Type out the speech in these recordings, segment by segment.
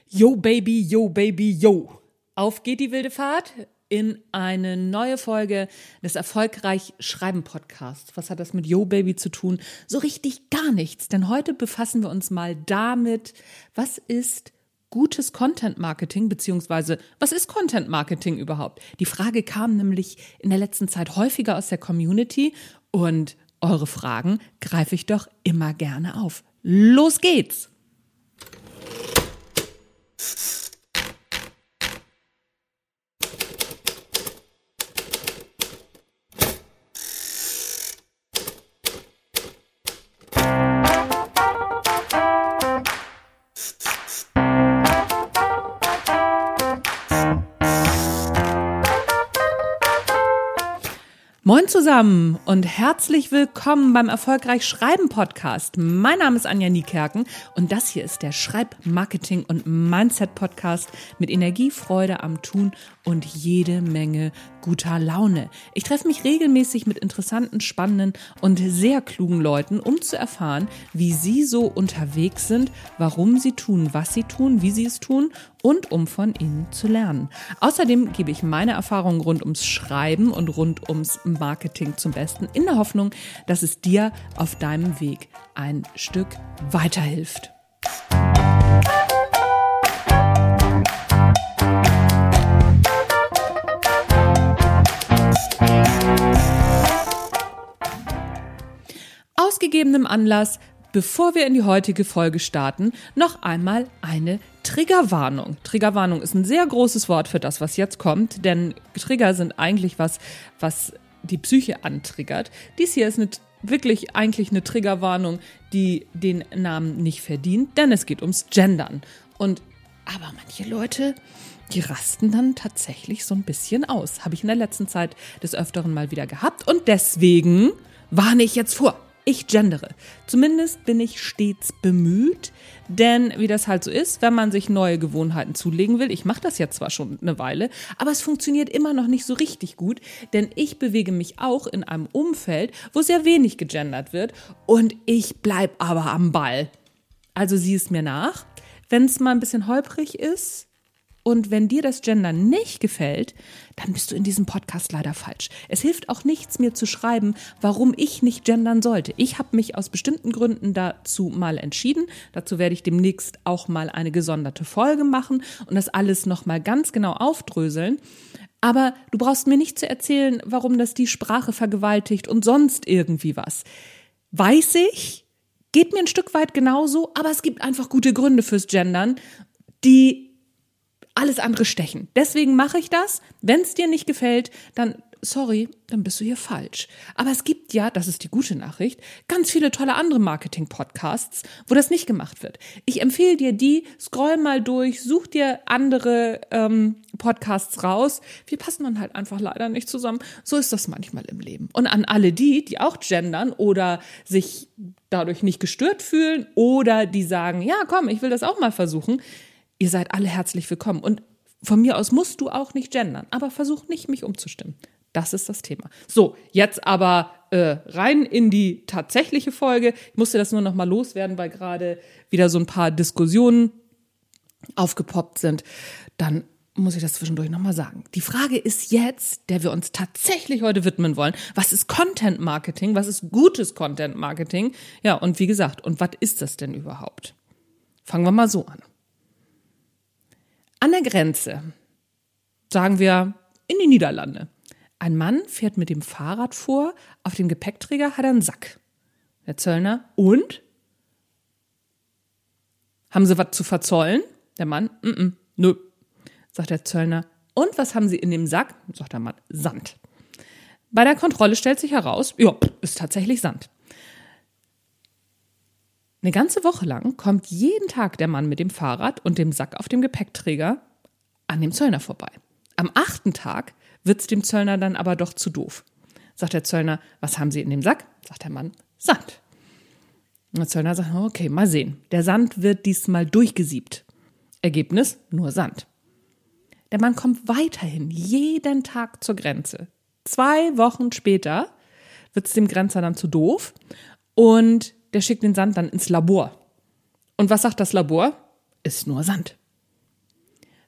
Yo Baby, yo Baby, yo. Auf geht die wilde Fahrt in eine neue Folge des Erfolgreich Schreiben Podcasts. Was hat das mit Yo Baby zu tun? So richtig gar nichts, denn heute befassen wir uns mal damit, was ist gutes Content Marketing, beziehungsweise was ist Content Marketing überhaupt? Die Frage kam nämlich in der letzten Zeit häufiger aus der Community und eure Fragen greife ich doch immer gerne auf. Los geht's! Moin zusammen und herzlich willkommen beim Erfolgreich Schreiben Podcast. Mein Name ist Anja Niekerken und das hier ist der Schreibmarketing- und Mindset-Podcast mit Energie, Freude am Tun und jede Menge guter Laune. Ich treffe mich regelmäßig mit interessanten, spannenden und sehr klugen Leuten, um zu erfahren, wie sie so unterwegs sind, warum sie tun, was sie tun, wie sie es tun und um von ihnen zu lernen. Außerdem gebe ich meine Erfahrungen rund ums Schreiben und rund ums Marketing zum Besten, in der Hoffnung, dass es dir auf deinem Weg ein Stück weiterhilft. Aus gegebenem Anlass, bevor wir in die heutige Folge starten, noch einmal eine Triggerwarnung. Triggerwarnung ist ein sehr großes Wort für das, was jetzt kommt, denn Trigger sind eigentlich was die Psyche antriggert. Dies hier ist wirklich eigentlich eine Triggerwarnung, die den Namen nicht verdient, denn es geht ums Gendern. Aber manche Leute, die rasten dann tatsächlich so ein bisschen aus. Habe ich in der letzten Zeit des Öfteren mal wieder gehabt und deswegen warne ich jetzt vor. Ich gendere. Zumindest bin ich stets bemüht, denn wie das halt so ist, wenn man sich neue Gewohnheiten zulegen will, ich mache das jetzt zwar schon eine Weile, aber es funktioniert immer noch nicht so richtig gut, denn ich bewege mich auch in einem Umfeld, wo sehr wenig gegendert wird und ich bleib aber am Ball. Also sieh es mir nach, wenn es mal ein bisschen holprig ist, und wenn dir das Gendern nicht gefällt, dann bist du in diesem Podcast leider falsch. Es hilft auch nichts, mir zu schreiben, warum ich nicht gendern sollte. Ich habe mich aus bestimmten Gründen dazu mal entschieden. Dazu werde ich demnächst auch mal eine gesonderte Folge machen und das alles nochmal ganz genau aufdröseln. Aber du brauchst mir nicht zu erzählen, warum das die Sprache vergewaltigt und sonst irgendwie was. Weiß ich, geht mir ein Stück weit genauso, aber es gibt einfach gute Gründe fürs Gendern, die alles andere stechen. Deswegen mache ich das. Wenn es dir nicht gefällt, dann, sorry, dann bist du hier falsch. Aber es gibt ja, das ist die gute Nachricht, ganz viele tolle andere Marketing-Podcasts, wo das nicht gemacht wird. Ich empfehle dir die, scroll mal durch, such dir andere Podcasts raus. Wir passen dann halt einfach leider nicht zusammen. So ist das manchmal im Leben. Und an alle die auch gendern oder sich dadurch nicht gestört fühlen oder die sagen, ja komm, ich will das auch mal versuchen, ihr seid alle herzlich willkommen. Und von mir aus musst du auch nicht gendern. Aber versuch nicht, mich umzustimmen. Das ist das Thema. So, jetzt aber rein in die tatsächliche Folge. Ich musste das nur noch mal loswerden, weil gerade wieder so ein paar Diskussionen aufgepoppt sind. Dann muss ich das zwischendurch noch mal sagen. Die Frage ist jetzt, der wir uns tatsächlich heute widmen wollen, was ist Content Marketing? Was ist gutes Content Marketing? Ja, und wie gesagt, und was ist das denn überhaupt? Fangen wir mal so an. An der Grenze, sagen wir in die Niederlande. Ein Mann fährt mit dem Fahrrad vor, auf dem Gepäckträger hat er einen Sack. Der Zöllner, und? Haben Sie was zu verzollen? Der Mann, nö. Sagt der Zöllner, und was haben Sie in dem Sack? Sagt der Mann, Sand. Bei der Kontrolle stellt sich heraus, ja, ist tatsächlich Sand. Eine ganze Woche lang kommt jeden Tag der Mann mit dem Fahrrad und dem Sack auf dem Gepäckträger an dem Zöllner vorbei. Am 8. Tag wird's dem Zöllner dann aber doch zu doof. Sagt der Zöllner, was haben Sie in dem Sack? Sagt der Mann, Sand. Und der Zöllner sagt, okay, mal sehen. Der Sand wird diesmal durchgesiebt. Ergebnis, nur Sand. Der Mann kommt weiterhin jeden Tag zur Grenze. 2 Wochen später wird's dem Grenzer dann zu doof und der schickt den Sand dann ins Labor. Und was sagt das Labor? Ist nur Sand.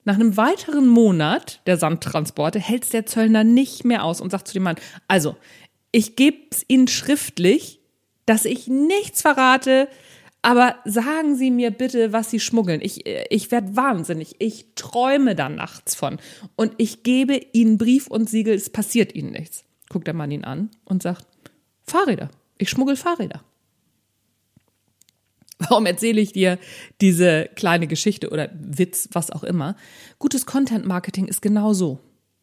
Nach einem weiteren Monat der Sandtransporte hält es der Zöllner nicht mehr aus und sagt zu dem Mann, also, ich gebe es Ihnen schriftlich, dass ich nichts verrate, aber sagen Sie mir bitte, was Sie schmuggeln. Ich werde wahnsinnig. Ich träume da nachts von. Und ich gebe Ihnen Brief und Siegel, es passiert Ihnen nichts. Guckt der Mann ihn an und sagt, Fahrräder. Ich schmuggel Fahrräder. Warum erzähle ich dir diese kleine Geschichte oder Witz, was auch immer? Gutes Content-Marketing ist genau so.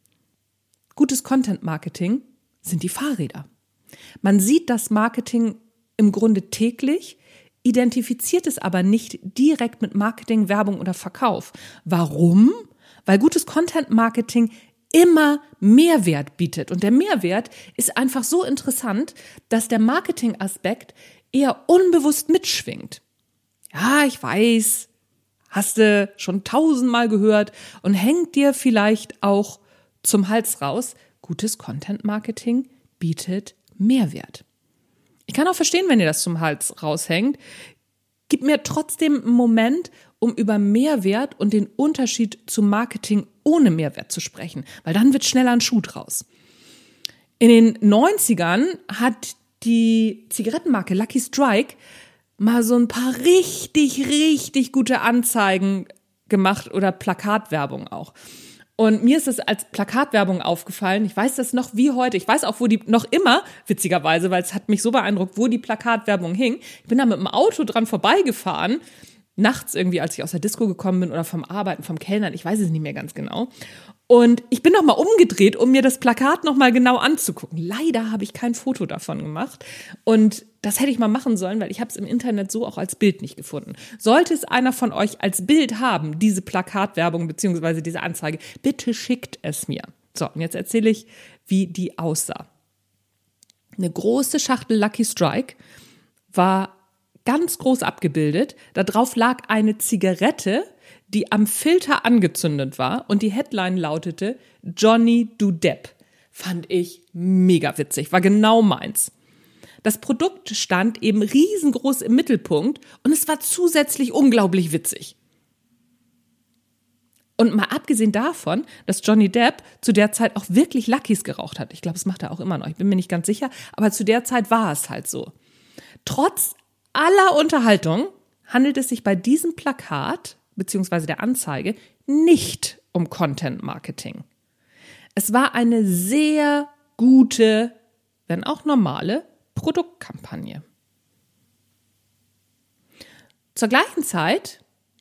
Gutes Content-Marketing sind die Fahrräder. Man sieht das Marketing im Grunde täglich, identifiziert es aber nicht direkt mit Marketing, Werbung oder Verkauf. Warum? Weil gutes Content-Marketing immer Mehrwert bietet. Und der Mehrwert ist einfach so interessant, dass der Marketing-Aspekt eher unbewusst mitschwingt. Ja, ich weiß, hast du schon 1000-mal gehört und hängt dir vielleicht auch zum Hals raus. Gutes Content-Marketing bietet Mehrwert. Ich kann auch verstehen, wenn ihr das zum Hals raushängt. Gib mir trotzdem einen Moment, um über Mehrwert und den Unterschied zu Marketing ohne Mehrwert zu sprechen, weil dann wird schneller ein Schuh draus. In den 90ern hat die Zigarettenmarke Lucky Strike mal so ein paar richtig gute Anzeigen gemacht oder Plakatwerbung auch. Und mir ist es als Plakatwerbung aufgefallen. Ich weiß das noch wie heute. Ich weiß auch, wo die noch immer, witzigerweise, weil es hat mich so beeindruckt, wo die Plakatwerbung hing. Ich bin da mit dem Auto dran vorbeigefahren, nachts irgendwie, als ich aus der Disco gekommen bin oder vom Arbeiten, vom Kellnern, ich weiß es nicht mehr ganz genau. Und ich bin noch mal umgedreht, um mir das Plakat noch mal genau anzugucken. Leider habe ich kein Foto davon gemacht und das hätte ich mal machen sollen, weil ich habe es im Internet so auch als Bild nicht gefunden. Sollte es einer von euch als Bild haben, diese Plakatwerbung bzw. diese Anzeige, bitte schickt es mir. So, und jetzt erzähle ich, wie die aussah. Eine große Schachtel Lucky Strike war ganz groß abgebildet. Da drauf lag eine Zigarette, die am Filter angezündet war und die Headline lautete Johnny Du Depp. Fand ich mega witzig, war genau meins. Das Produkt stand eben riesengroß im Mittelpunkt und es war zusätzlich unglaublich witzig. Und mal abgesehen davon, dass Johnny Depp zu der Zeit auch wirklich Luckys geraucht hat. Ich glaube, das macht er auch immer noch, ich bin mir nicht ganz sicher, aber zu der Zeit war es halt so. Trotz aller Unterhaltung handelt es sich bei diesem Plakat beziehungsweise der Anzeige nicht um Content Marketing. Es war eine sehr gute, wenn auch normale, Produktkampagne. Zur gleichen Zeit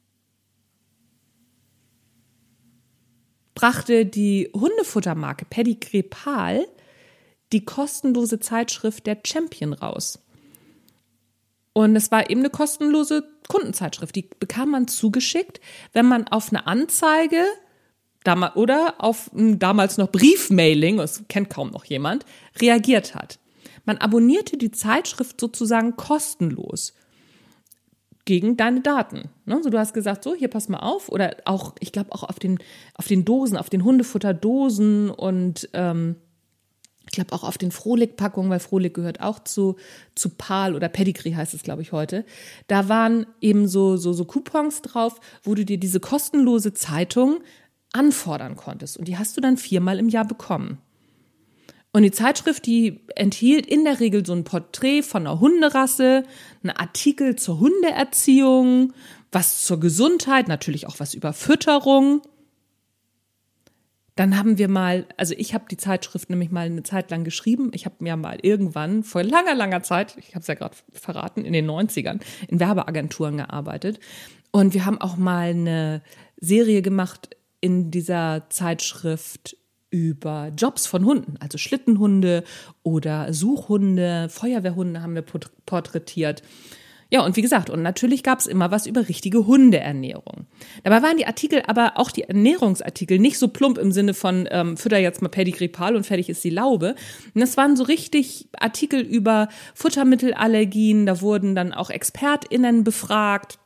brachte die Hundefuttermarke Pedigree Pal die kostenlose Zeitschrift Der Champion raus. Und es war eben eine kostenlose Kundenzeitschrift. Die bekam man zugeschickt, wenn man auf eine Anzeige oder auf damals noch Briefmailing, das kennt kaum noch jemand, reagiert hat. Man abonnierte die Zeitschrift sozusagen kostenlos gegen deine Daten. Ne? So, du hast gesagt, so, hier pass mal auf. Oder auch, ich glaube auch auf den Dosen, auf den Hundefutterdosen und ich glaube auch auf den Frohlig-Packungen, weil Frohlig gehört auch zu Pal oder Pedigree heißt es, glaube ich, heute. Da waren eben so Coupons drauf, wo du dir diese kostenlose Zeitung anfordern konntest. Und die hast du dann 4-mal im Jahr bekommen. Und die Zeitschrift, die enthielt in der Regel so ein Porträt von einer Hunderasse, einen Artikel zur Hundeerziehung, was zur Gesundheit, natürlich auch was über Fütterung. Dann haben wir mal, also ich habe die Zeitschrift nämlich mal eine Zeit lang geschrieben. Ich habe mir mal irgendwann vor langer Zeit, ich habe es ja gerade verraten, in den 90ern in Werbeagenturen gearbeitet. Und wir haben auch mal eine Serie gemacht in dieser Zeitschrift über Jobs von Hunden, also Schlittenhunde oder Suchhunde, Feuerwehrhunde haben wir porträtiert. Ja, und wie gesagt, und natürlich gab es immer was über richtige Hundeernährung. Dabei waren die Artikel, aber auch die Ernährungsartikel, nicht so plump im Sinne von fütter jetzt mal Pedigree Pal und fertig ist die Laube. Und das waren so richtig Artikel über Futtermittelallergien, da wurden dann auch ExpertInnen befragt.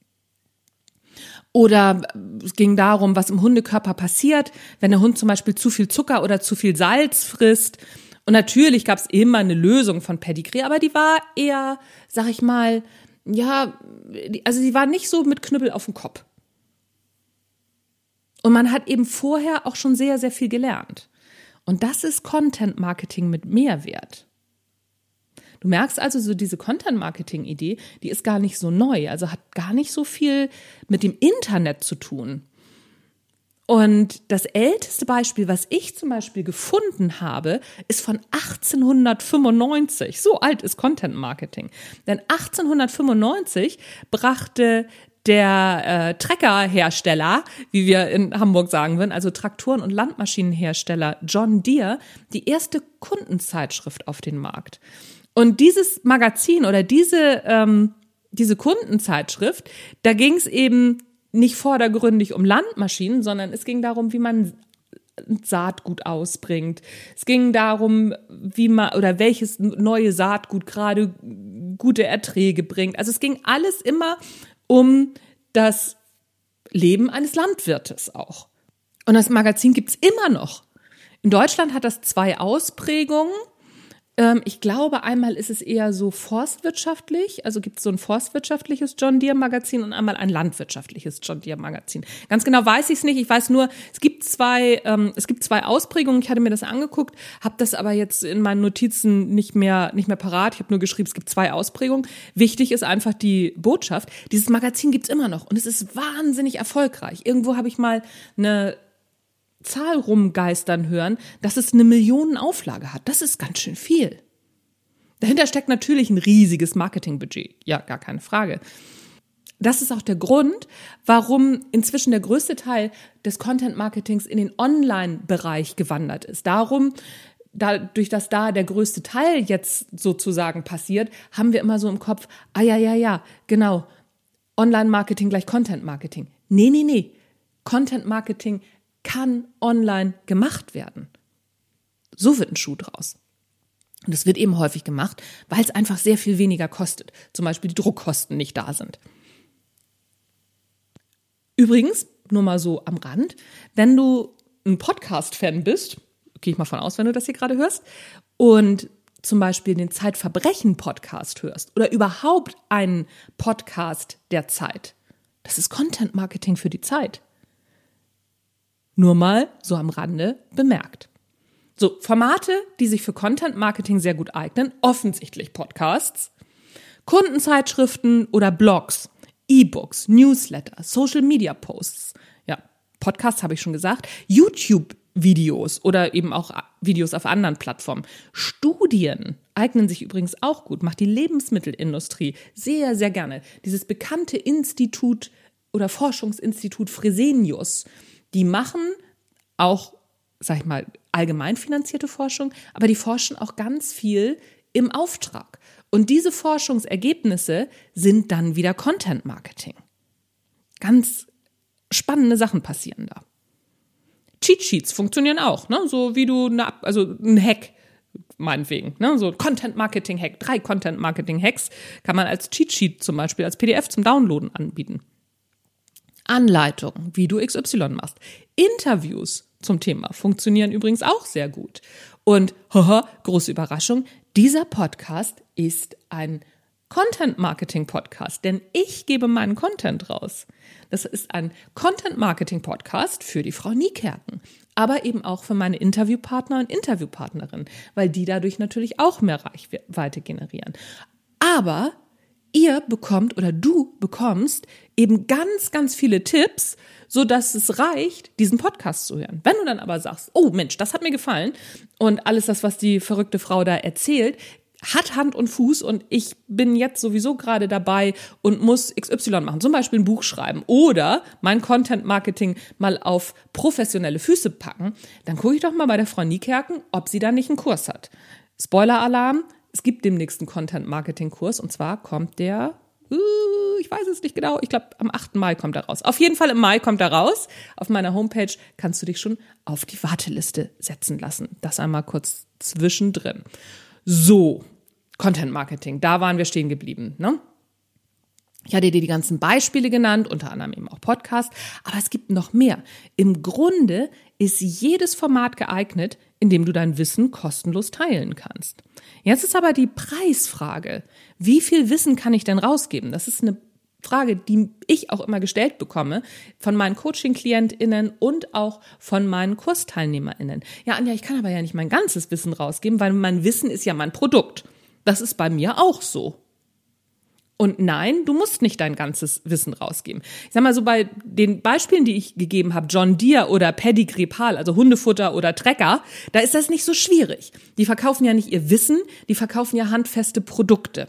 Oder es ging darum, was im Hundekörper passiert, wenn der Hund zum Beispiel zu viel Zucker oder zu viel Salz frisst. Und natürlich gab es immer eine Lösung von Pedigree, aber die war eher, sag ich mal, ja, also sie war nicht so mit Knüppel auf dem Kopf. Und man hat eben vorher auch schon sehr, sehr viel gelernt. Und das ist Content Marketing mit Mehrwert. Du merkst also, so diese Content-Marketing-Idee, die ist gar nicht so neu, also hat gar nicht so viel mit dem Internet zu tun. Und das älteste Beispiel, was ich zum Beispiel gefunden habe, ist von 1895. So alt ist Content-Marketing. Denn 1895 brachte der Treckerhersteller, wie wir in Hamburg sagen würden, also Traktoren- und Landmaschinenhersteller John Deere, die erste Kundenzeitschrift auf den Markt. Und dieses Magazin oder diese Kundenzeitschrift, da ging es eben nicht vordergründig um Landmaschinen, sondern es ging darum, wie man Saatgut ausbringt. Es ging darum, wie man oder welches neue Saatgut gerade gute Erträge bringt. Also es ging alles immer um das Leben eines Landwirtes auch. Und das Magazin gibt's immer noch. In Deutschland hat das 2 Ausprägungen. Ich glaube, einmal ist es eher so forstwirtschaftlich, also gibt es so ein forstwirtschaftliches John Deere Magazin und einmal ein landwirtschaftliches John Deere Magazin. Ganz genau weiß ich es nicht. Ich weiß nur, es gibt zwei Ausprägungen. Ich hatte mir das angeguckt, habe das aber jetzt in meinen Notizen nicht mehr parat. Ich habe nur geschrieben, es gibt 2 Ausprägungen. Wichtig ist einfach die Botschaft. Dieses Magazin gibt's immer noch und es ist wahnsinnig erfolgreich. Irgendwo habe ich mal eine Zahl rumgeistern hören, dass es 1 Million Auflage hat. Das ist ganz schön viel. Dahinter steckt natürlich ein riesiges Marketingbudget. Ja, gar keine Frage. Das ist auch der Grund, warum inzwischen der größte Teil des Content-Marketings in den Online-Bereich gewandert ist. Dadurch, dass da der größte Teil jetzt sozusagen passiert, haben wir immer so im Kopf, ja, genau, Online-Marketing gleich Content-Marketing. Nee. Content-Marketing kann online gemacht werden. So wird ein Schuh draus. Und es wird eben häufig gemacht, weil es einfach sehr viel weniger kostet. Zum Beispiel die Druckkosten nicht da sind. Übrigens, nur mal so am Rand, wenn du ein Podcast-Fan bist, gehe ich mal von aus, wenn du das hier gerade hörst, und zum Beispiel den Zeitverbrechen-Podcast hörst oder überhaupt einen Podcast der Zeit, das ist Content-Marketing für die Zeit. Nur mal so am Rande bemerkt. So, Formate, die sich für Content-Marketing sehr gut eignen, offensichtlich Podcasts, Kundenzeitschriften oder Blogs, E-Books, Newsletter, Social-Media-Posts, ja, Podcasts habe ich schon gesagt, YouTube-Videos oder eben auch Videos auf anderen Plattformen. Studien eignen sich übrigens auch gut, macht die Lebensmittelindustrie sehr, sehr gerne. Dieses bekannte Institut oder Forschungsinstitut Fresenius, die machen auch, sag ich mal, allgemein finanzierte Forschung, aber die forschen auch ganz viel im Auftrag. Und diese Forschungsergebnisse sind dann wieder Content Marketing. Ganz spannende Sachen passieren da. Cheat Sheets funktionieren auch, ne? So wie du ein Hack meinetwegen, ne? So Content Marketing Hack, 3 Content Marketing Hacks kann man als Cheat Sheet zum Beispiel als PDF zum Downloaden anbieten. Anleitungen, wie du XY machst. Interviews zum Thema funktionieren übrigens auch sehr gut. Und, große Überraschung, dieser Podcast ist ein Content-Marketing-Podcast, denn ich gebe meinen Content raus. Das ist ein Content-Marketing-Podcast für die Frau Niekerken, aber eben auch für meine Interviewpartner und Interviewpartnerinnen, weil die dadurch natürlich auch mehr Reichweite generieren. Aber ihr bekommt oder du bekommst eben ganz, ganz viele Tipps, sodass es reicht, diesen Podcast zu hören. Wenn du dann aber sagst, oh Mensch, das hat mir gefallen und alles das, was die verrückte Frau da erzählt, hat Hand und Fuß und ich bin jetzt sowieso gerade dabei und muss XY machen, zum Beispiel ein Buch schreiben oder mein Content-Marketing mal auf professionelle Füße packen, dann gucke ich doch mal bei der Frau Niekerken, ob sie da nicht einen Kurs hat. Spoiler-Alarm, es gibt demnächst einen Content-Marketing-Kurs und zwar kommt der, ich weiß es nicht genau, ich glaube am 8. Mai kommt er raus. Auf jeden Fall im Mai kommt er raus. Auf meiner Homepage kannst du dich schon auf die Warteliste setzen lassen. Das einmal kurz zwischendrin. So, Content Marketing, da waren wir stehen geblieben, ne? Ich hatte dir die ganzen Beispiele genannt, unter anderem eben auch Podcast, aber es gibt noch mehr. Im Grunde ist jedes Format geeignet, in dem du dein Wissen kostenlos teilen kannst. Jetzt ist aber die Preisfrage. Wie viel Wissen kann ich denn rausgeben? Das ist eine Frage, die ich auch immer gestellt bekomme von meinen Coaching-KlientInnen und auch von meinen KursteilnehmerInnen. Ja, Anja, ich kann aber ja nicht mein ganzes Wissen rausgeben, weil mein Wissen ist ja mein Produkt. Das ist bei mir auch so. Und nein, du musst nicht dein ganzes Wissen rausgeben. Ich sag mal so, bei den Beispielen, die ich gegeben habe, John Deere oder Pedigree Pal, also Hundefutter oder Trecker, da ist das nicht so schwierig. Die verkaufen ja nicht ihr Wissen, die verkaufen ja handfeste Produkte.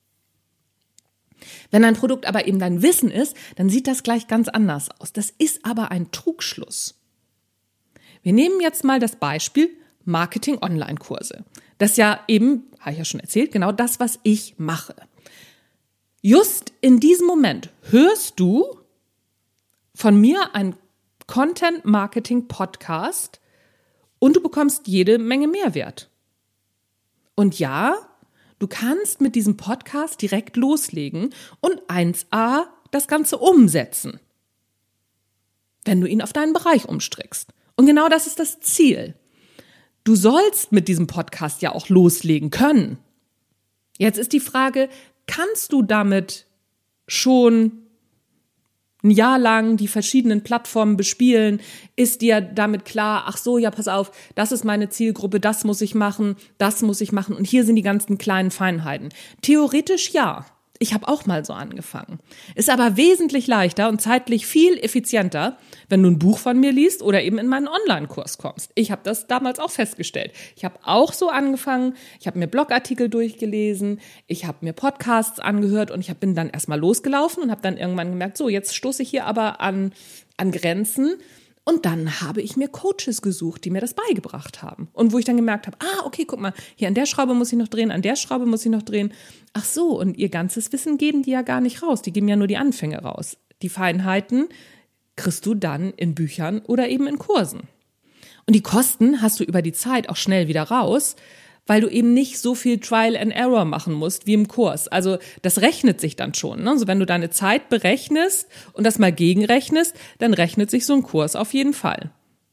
Wenn dein Produkt aber eben dein Wissen ist, dann sieht das gleich ganz anders aus. Das ist aber ein Trugschluss. Wir nehmen jetzt mal das Beispiel Marketing-Online-Kurse. Das ist ja eben, habe ich ja schon erzählt, genau das, was ich mache. Just in diesem Moment hörst du von mir einen Content-Marketing-Podcast und du bekommst jede Menge Mehrwert. Und ja, du kannst mit diesem Podcast direkt loslegen und 1a das Ganze umsetzen, wenn du ihn auf deinen Bereich umstrickst. Und genau das ist das Ziel. Du sollst mit diesem Podcast ja auch loslegen können. Jetzt ist die Frage, kannst du damit schon ein Jahr lang die verschiedenen Plattformen bespielen? Ist dir damit klar, ach so, ja, pass auf, das ist meine Zielgruppe, das muss ich machen und hier sind die ganzen kleinen Feinheiten. Theoretisch ja. Ich habe auch mal so angefangen. Ist aber wesentlich leichter und zeitlich viel effizienter, wenn du ein Buch von mir liest oder eben in meinen Online-Kurs kommst. Ich habe das damals auch festgestellt. Ich habe auch so angefangen, ich habe mir Blogartikel durchgelesen, ich habe mir Podcasts angehört und ich bin dann erstmal losgelaufen und habe dann irgendwann gemerkt, so, jetzt stoße ich hier aber an Grenzen. Und dann habe ich mir Coaches gesucht, die mir das beigebracht haben. Und wo ich dann gemerkt habe, okay, guck mal, hier an der Schraube muss ich noch drehen, an der Schraube muss ich noch drehen. Ach so, und ihr ganzes Wissen geben die ja gar nicht raus. Die geben ja nur die Anfänge raus. Die Feinheiten kriegst du dann in Büchern oder eben in Kursen. Und die Kosten hast du über die Zeit auch schnell wieder raus, weil du eben nicht so viel Trial and Error machen musst wie im Kurs. Also das rechnet sich dann schon. Ne? Also wenn du deine Zeit berechnest und das mal gegenrechnest, dann rechnet sich so ein Kurs auf jeden Fall.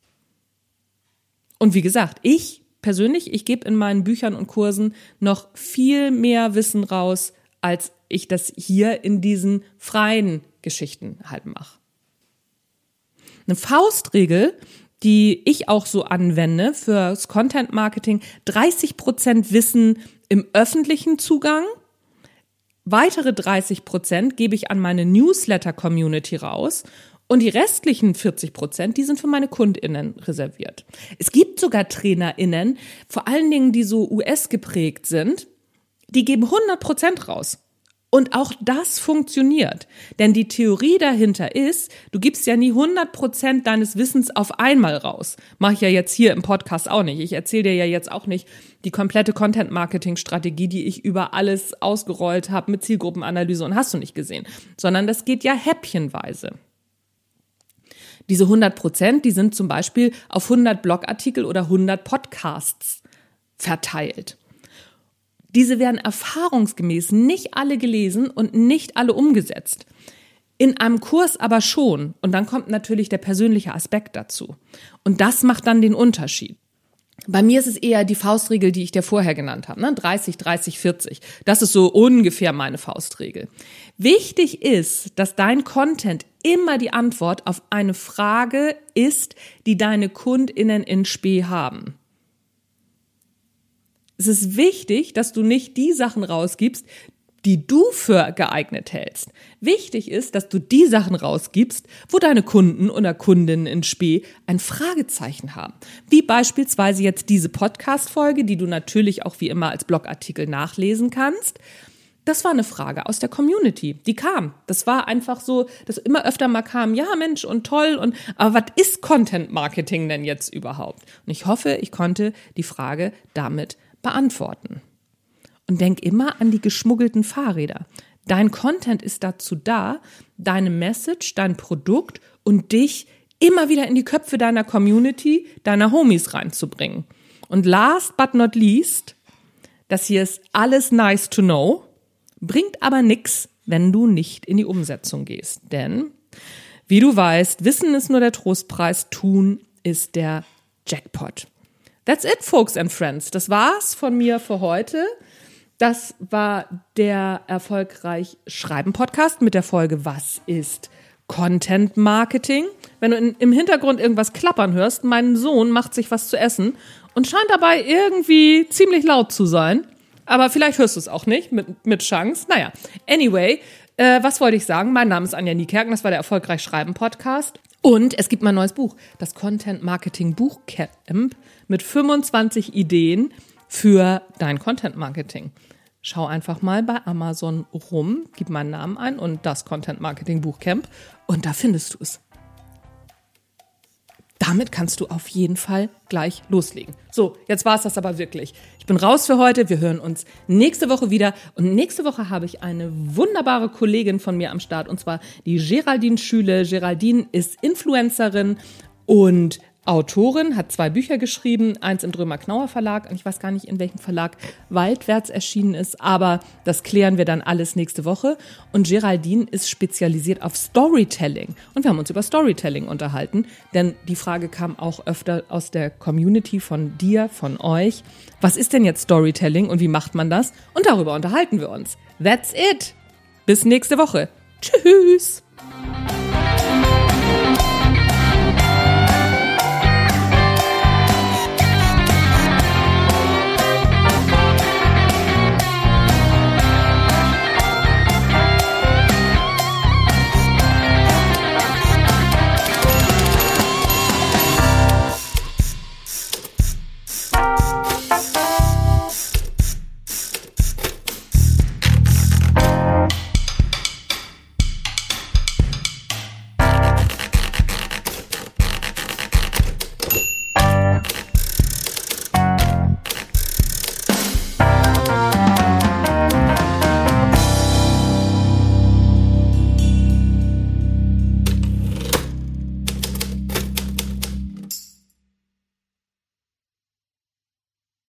Und wie gesagt, ich persönlich, ich gebe in meinen Büchern und Kursen noch viel mehr Wissen raus, als ich das hier in diesen freien Geschichten halt mache. Eine Faustregel, die ich auch so anwende fürs Content Marketing, 30% Wissen im öffentlichen Zugang, weitere 30% gebe ich an meine Newsletter-Community raus und die restlichen 40%, die sind für meine KundInnen reserviert. Es gibt sogar TrainerInnen, vor allen Dingen, die so US-geprägt sind, die geben 100% raus. Und auch das funktioniert. Denn die Theorie dahinter ist, du gibst ja nie 100% deines Wissens auf einmal raus. Mache ich ja jetzt hier im Podcast auch nicht. Ich erzähle dir ja jetzt auch nicht die komplette Content-Marketing-Strategie, die ich über alles ausgerollt habe mit Zielgruppenanalyse und hast du nicht gesehen. Sondern das geht ja häppchenweise. Diese 100%, die sind zum Beispiel auf 100 Blogartikel oder 100 Podcasts verteilt. Diese werden erfahrungsgemäß nicht alle gelesen und nicht alle umgesetzt. In einem Kurs aber schon. Und dann kommt natürlich der persönliche Aspekt dazu. Und das macht dann den Unterschied. Bei mir ist es eher die Faustregel, die ich dir vorher genannt habe, ne? 30, 30, 40. Das ist so ungefähr meine Faustregel. Wichtig ist, dass dein Content immer die Antwort auf eine Frage ist, die deine KundInnen in Spe haben. Es ist wichtig, dass du nicht die Sachen rausgibst, die du für geeignet hältst. Wichtig ist, dass du die Sachen rausgibst, wo deine Kunden oder Kundinnen in Spe ein Fragezeichen haben. Wie beispielsweise jetzt diese Podcast-Folge, die du natürlich auch wie immer als Blogartikel nachlesen kannst. Das war eine Frage aus der Community, die kam. Das war einfach so, dass immer öfter mal kam, ja Mensch und toll, aber was ist Content Marketing denn jetzt überhaupt? Und ich hoffe, ich konnte die Frage damit beantworten. Und denk immer an die geschmuggelten Fahrräder. Dein Content ist dazu da, deine Message, dein Produkt und dich immer wieder in die Köpfe deiner Community, deiner Homies reinzubringen. Und last but not least, das hier ist alles nice to know, bringt aber nix, wenn du nicht in die Umsetzung gehst. Denn, wie du weißt, Wissen ist nur der Trostpreis, Tun ist der Jackpot. That's it, folks and friends. Das war's von mir für heute. Das war der Erfolgreich Schreiben Podcast mit der Folge Was ist Content Marketing? Wenn du im Hintergrund irgendwas klappern hörst, mein Sohn macht sich was zu essen und scheint dabei irgendwie ziemlich laut zu sein. Aber vielleicht hörst du es auch nicht, mit Chance. Naja, anyway, was wollte ich sagen? Mein Name ist Anja Niekerken, das war der Erfolgreich Schreiben Podcast. Und es gibt mein neues Buch, das Content Marketing Buchcamp mit 25 Ideen für dein Content Marketing. Schau einfach mal bei Amazon rum, gib meinen Namen ein und das Content Marketing Buchcamp und da findest du es. Damit kannst du auf jeden Fall gleich loslegen. So, jetzt war es das aber wirklich. Ich bin raus für heute. Wir hören uns nächste Woche wieder. Und nächste Woche habe ich eine wunderbare Kollegin von mir am Start, und zwar die Geraldine Schüle. Geraldine ist Influencerin und Autorin, hat 2 Bücher geschrieben, eins im Drömer-Knauer Verlag und ich weiß gar nicht, in welchem Verlag Waldwärts erschienen ist, aber das klären wir dann alles nächste Woche. Und Geraldine ist spezialisiert auf Storytelling und wir haben uns über Storytelling unterhalten, denn die Frage kam auch öfter aus der Community von dir, von euch. Was ist denn jetzt Storytelling und wie macht man das? Und darüber unterhalten wir uns. That's it! Bis nächste Woche. Tschüss!